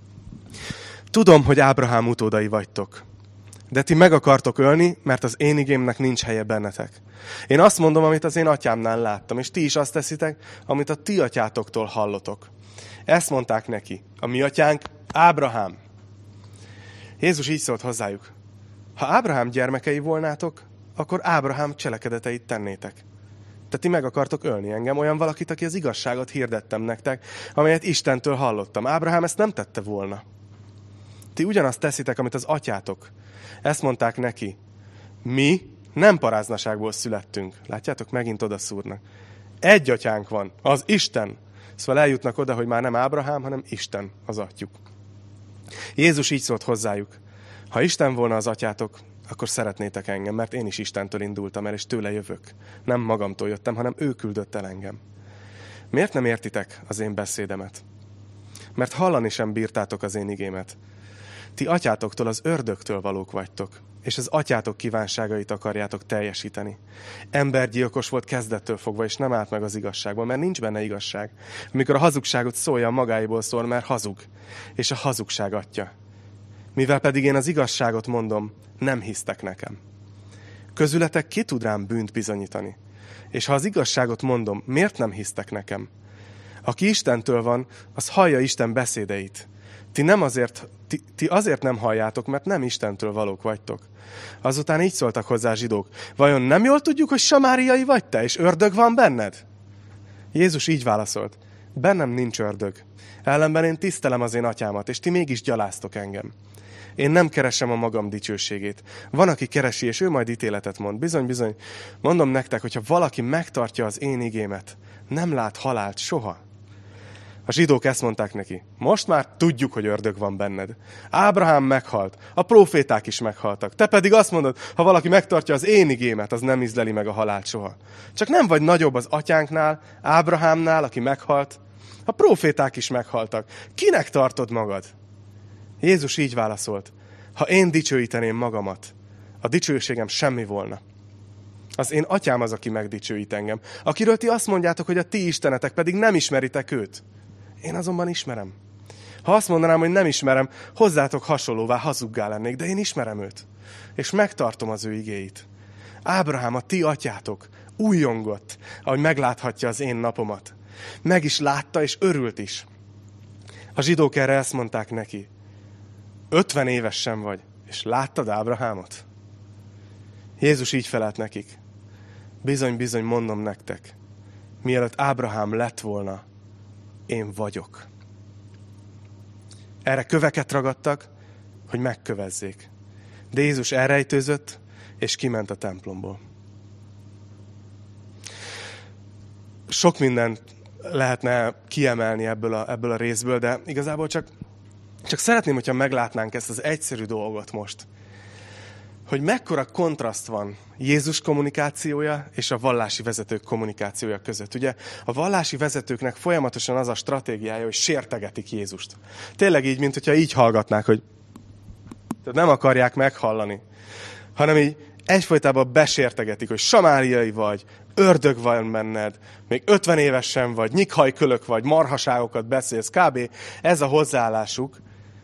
S1: Tudom, hogy Ábrahám utódai vagytok, de ti meg akartok ölni, mert az én igémnek nincs helye bennetek. Én azt mondom, amit az én atyámnál láttam, és ti is azt teszitek, amit a ti atyátoktól hallotok. Ezt mondták neki, a mi atyánk Ábrahám. Jézus így szólt hozzájuk. Ha Ábrahám gyermekei volnátok, akkor Ábrahám cselekedeteit tennétek. Tehát ti meg akartok ölni engem, olyan valakit, aki az igazságot hirdettem nektek, amelyet Istentől hallottam. Ábrahám ezt nem tette volna. Ti ugyanazt teszitek, amit az atyátok. Ezt mondták neki. Mi nem paráznaságból születtünk. Látjátok, megint oda szúrnak. Egy atyánk van, az Isten. Szóval eljutnak oda, hogy már nem Ábrahám, hanem Isten az atyjuk. Jézus így szólt hozzájuk. Ha Isten volna az atyátok, akkor szeretnétek engem, mert én is Istentől indultam el, és tőle jövök. Nem magamtól jöttem, hanem ő küldött el engem. Miért nem értitek az én beszédemet? Mert hallani sem bírtátok az én igémet. Ti atyátoktól, az ördögtől valók vagytok, és az atyátok kívánságait akarjátok teljesíteni. Embergyilkos volt kezdettől fogva, és nem állt meg az igazságban, mert nincs benne igazság. Amikor a hazugságot szólja, magáiból szól, mert hazug, és a hazugság atya. Mivel pedig én az igazságot mondom, nem hisztek nekem. Közületek ki tud rám bűnt bizonyítani? És ha az igazságot mondom, miért nem hisztek nekem? Aki Istentől van, az hallja Isten beszédeit. Ti, nem azért, ti, ti azért nem halljátok, mert nem Istentől valók vagytok. Azután így szóltak hozzá a zsidók. Vajon nem jól tudjuk, hogy samáriai vagy te, és ördög van benned? Jézus így válaszolt. Bennem nincs ördög. Ellenben én tisztelem az én atyámat, és ti mégis gyaláztok engem. Én nem keresem a magam dicsőségét. Van, aki keresi, és ő majd ítéletet mond. Bizony, bizony, mondom nektek, hogyha valaki megtartja az én igémet, nem lát halált soha. A zsidók ezt mondták neki. Most már tudjuk, hogy ördög van benned. Ábrahám meghalt, a próféták is meghaltak. Te pedig azt mondod, ha valaki megtartja az én igémet, az nem ízleli meg a halált soha. Csak nem vagy nagyobb az atyánknál, Ábrahámnál, aki meghalt. A próféták is meghaltak. Kinek tartod magad? Jézus így válaszolt. Ha én dicsőíteném magamat, a dicsőségem semmi volna. Az én atyám az, aki megdicsőít engem. Akiről ti azt mondjátok, hogy a ti istenetek, pedig nem ismeritek őt. Én azonban ismerem. Ha azt mondanám, hogy nem ismerem, hozzátok hasonlóvá hazuggá lennék, de én ismerem őt. És megtartom az ő igéit. Ábrahám, a ti atyátok, újjongott, ahogy megláthatja az én napomat. Meg is látta, és örült is. A zsidók erre ezt mondták neki. ötven éves sem vagy, és láttad Ábrahámot? Jézus így felelt nekik. Bizony, bizony, mondom nektek, mielőtt Ábrahám lett volna, én vagyok. Erre köveket ragadtak, hogy megkövezzék. De Jézus elrejtőzött, és kiment a templomból. Sok mindent lehetne kiemelni ebből a, ebből a részből, de igazából csak, csak szeretném, hogyha meglátnánk ezt az egyszerű dolgot most. Hogy mekkora kontraszt van Jézus kommunikációja és a vallási vezetők kommunikációja között. Ugye a vallási vezetőknek folyamatosan az a stratégiája, hogy sértegetik Jézust. Tényleg így, mint hogyha így hallgatnák, hogy tehát nem akarják meghallani, hanem így egyfolytában besértegetik, hogy samáriai vagy, ördög van benned, még ötven éves sem vagy, nyikhajkölök vagy, marhaságokat beszélsz, kb. Ez a hozzáállásuk,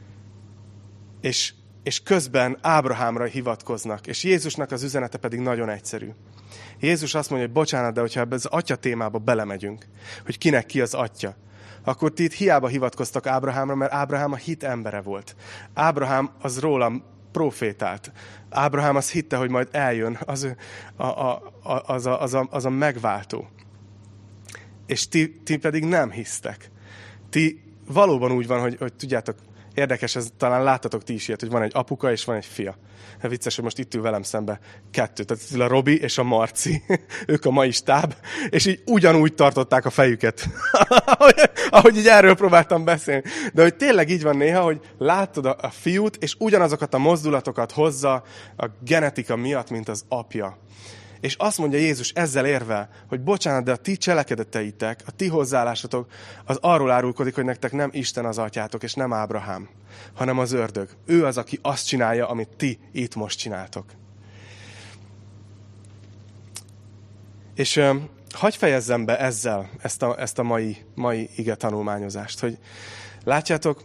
S1: és és közben Ábrahámra hivatkoznak. És Jézusnak az üzenete pedig nagyon egyszerű. Jézus azt mondja, hogy bocsánat, de hogyha ebbe az atya témába belemegyünk, hogy kinek ki az atya, akkor ti itt hiába hivatkoztak Ábrahámra, mert Ábrahám a hit embere volt. Ábrahám az rólam profétált. Ábrahám azt hitte, hogy majd eljön az a, a, a, az, a, az, a, az a megváltó. És ti, ti pedig nem hisztek. Ti valóban úgy van, hogy, hogy tudjátok, érdekes, ez talán láttatok ti is ilyet, hogy van egy apuka és van egy fia. Vicces, hogy most itt ül velem szembe kettő. Tehát a Robi és a Marci, ők a mai stáb, és így ugyanúgy tartották a fejüket, ahogy így erről próbáltam beszélni. De hogy tényleg így van néha, hogy látod a fiút, és ugyanazokat a mozdulatokat hozza a genetika miatt, mint az apja. És azt mondja Jézus ezzel érvel, hogy bocsánat, de a ti cselekedeteitek, a ti hozzáállásatok, az arról árulkodik, hogy nektek nem Isten az atyátok, és nem Ábrahám, hanem az ördög. Ő az, aki azt csinálja, amit ti itt most csináltok. És um, hadd fejezzem be ezzel ezt a, ezt a mai, mai ige tanulmányozást, hogy látjátok,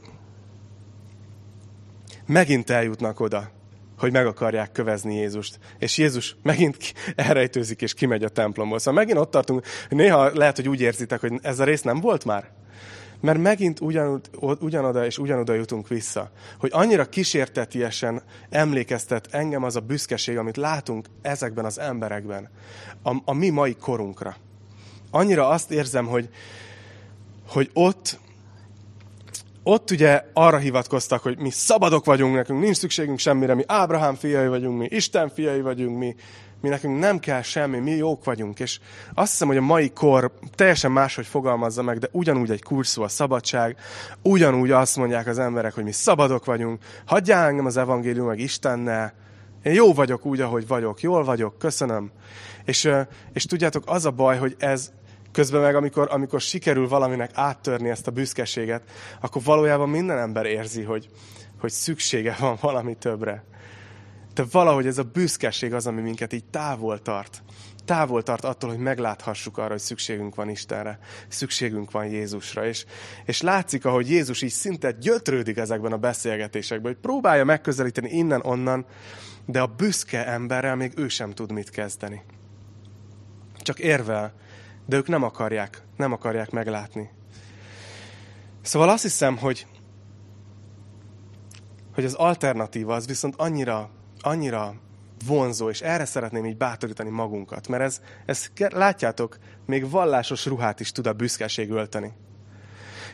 S1: megint eljutnak oda, hogy meg akarják kövezni Jézust. És Jézus megint elrejtőzik, és kimegy a templomból. Szóval megint ott tartunk, néha lehet, hogy úgy érzitek, hogy ez a rész nem volt már. Mert megint ugyan, ugyanoda és ugyanoda jutunk vissza. Hogy annyira kísértetiesen emlékeztet engem az a büszkeség, amit látunk ezekben az emberekben. A, a mi mai korunkra. Annyira azt érzem, hogy, hogy ott... Ott ugye arra hivatkoztak, hogy mi szabadok vagyunk, nekünk nincs szükségünk semmire, mi Ábrahám fiai vagyunk, mi Isten fiai vagyunk, mi, mi nekünk nem kell semmi, mi jók vagyunk. És azt hiszem, hogy a mai kor teljesen máshogy fogalmazza meg, de ugyanúgy egy kurszó a szabadság, ugyanúgy azt mondják az emberek, hogy mi szabadok vagyunk, hagyjál engem az evangélium meg Istennel, én jó vagyok úgy, ahogy vagyok, jól vagyok, köszönöm. És, és tudjátok, az a baj, hogy ez közben meg, amikor, amikor sikerül valaminek áttörni ezt a büszkeséget, akkor valójában minden ember érzi, hogy, hogy szüksége van valami többre. De valahogy ez a büszkeség az, ami minket így távol tart. Távol tart attól, hogy megláthassuk arra, hogy szükségünk van Istenre, szükségünk van Jézusra. És, és látszik, ahogy Jézus így szinte gyötrődik ezekben a beszélgetésekben, hogy próbálja megközelíteni innen-onnan, de a büszke emberrel még ő sem tud mit kezdeni. Csak érvel, de ők nem akarják, nem akarják meglátni. Szóval azt hiszem, hogy, hogy az alternatíva az viszont annyira, annyira vonzó, és erre szeretném így bátorítani magunkat. Mert ez, ez, látjátok, még vallásos ruhát is tud a büszkeség ölteni.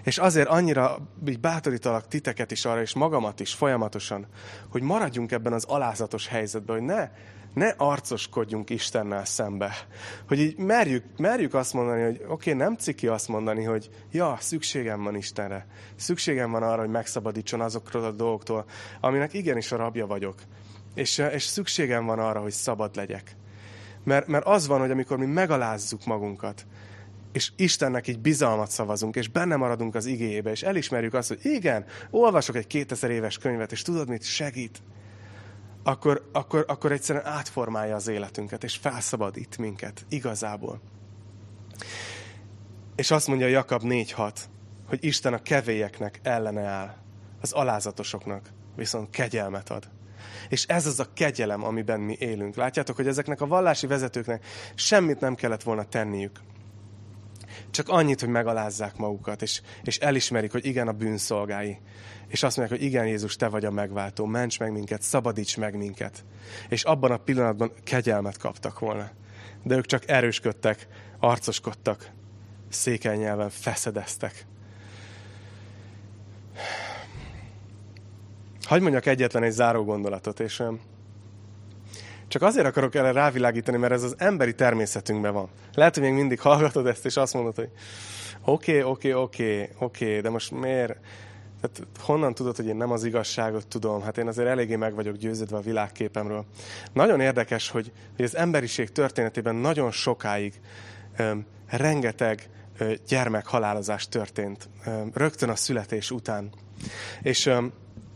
S1: És azért annyira így bátorítalak titeket is arra, és magamat is folyamatosan, hogy maradjunk ebben az alázatos helyzetben, hogy ne, ne arcoskodjunk Istennel szembe. Hogy így merjük, merjük azt mondani, hogy oké, okay, nem ciki azt mondani, hogy ja, szükségem van Istenre. Szükségem van arra, hogy megszabadítson azoktól a dolgoktól, aminek igenis a rabja vagyok. És, és szükségem van arra, hogy szabad legyek. Mert, mert az van, hogy amikor mi megalázzuk magunkat, és Istennek így bizalmat szavazunk, és benne maradunk az igéjébe, és elismerjük azt, hogy igen, olvasok egy kétezer éves könyvet, és tudod mit? Segít. Akkor, akkor, akkor egyszerűen átformálja az életünket, és felszabadít minket igazából. És azt mondja Jakab négy hat, hogy Isten a kevélyeknek ellene áll, az alázatosoknak viszont kegyelmet ad. És ez az a kegyelem, amiben mi élünk. Látjátok, hogy ezeknek a vallási vezetőknek semmit nem kellett volna tenniük. Csak annyit, hogy megalázzák magukat, és, és elismerik, hogy igen, a bűnszolgái. És azt mondják, hogy igen, Jézus, te vagy a megváltó, ments meg minket, szabadíts meg minket. És abban a pillanatban kegyelmet kaptak volna. De ők csak erősködtek, arcoskodtak, székely nyelven feszedeztek. Hadd mondjak egyetlen egy záró gondolatot, és csak azért akarok erre rávilágítani, mert ez az emberi természetünkben van. Lehet, hogy még mindig hallgatod ezt, és azt mondod, hogy oké, oké, oké, oké, de most miért? Tehát honnan tudod, hogy én nem az igazságot tudom? Hát én azért eléggé meg vagyok győződve a világképemről. Nagyon érdekes, hogy, hogy az emberiség történetében nagyon sokáig um, rengeteg uh, gyermekhalálozás történt. Um, rögtön a születés után. És um,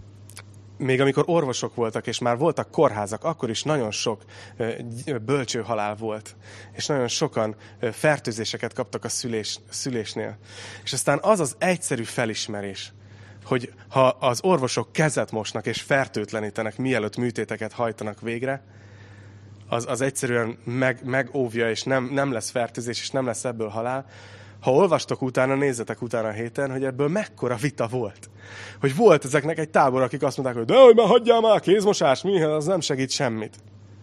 S1: még amikor orvosok voltak, és már voltak kórházak, akkor is nagyon sok bölcsőhalál volt. És nagyon sokan fertőzéseket kaptak a szülés, szülésnél. És aztán az az egyszerű felismerés, hogy ha az orvosok kezet mosnak és fertőtlenítenek, mielőtt műtéteket hajtanak végre, az, az egyszerűen meg, megóvja, és nem, nem lesz fertőzés, és nem lesz ebből halál. Ha olvastok utána, nézzetek utána a héten, hogy ebből mekkora vita volt. Hogy volt ezeknek egy tábor, akik azt mondták, hogy de hogy már hagyjál már, kézmosás, mi, az nem segít semmit.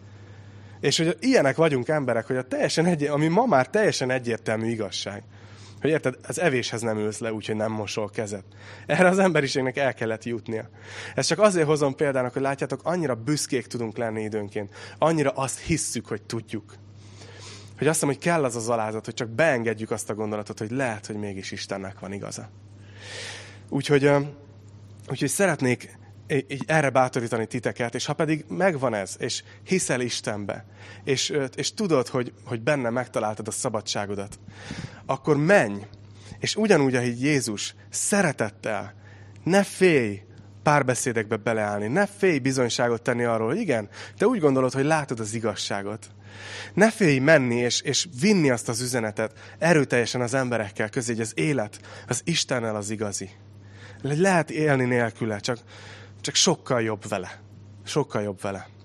S1: És hogy ilyenek vagyunk emberek, hogy a teljesen egy, ami ma már teljesen egyértelmű igazság. Hogy érted, az evéshez nem ülsz le, úgyhogy nem mosol kezet. Erre az emberiségnek el kellett jutnia. Ezt csak azért hozom példának, hogy látjátok, annyira büszkék tudunk lenni időnként. Annyira azt hisszük, hogy tudjuk. Hogy azt mondom, hogy kell az az alázat, hogy csak beengedjük azt a gondolatot, hogy lehet, hogy mégis Istennek van igaza. Úgyhogy, úgyhogy szeretnék így erre bátorítani titeket, és ha pedig megvan ez, és hiszel Istenbe, és, és tudod, hogy, hogy benne megtaláltad a szabadságodat, akkor menj, és ugyanúgy, ahogy Jézus szeretettel, ne félj párbeszédekbe beleállni, ne félj bizonyságot tenni arról, hogy igen, te úgy gondolod, hogy látod az igazságot. Ne félj menni és, és vinni azt az üzenetet erőteljesen az emberekkel közé, hogy az élet az Istennel az igazi. Lehet élni nélküle, csak, csak sokkal jobb vele. Sokkal jobb vele.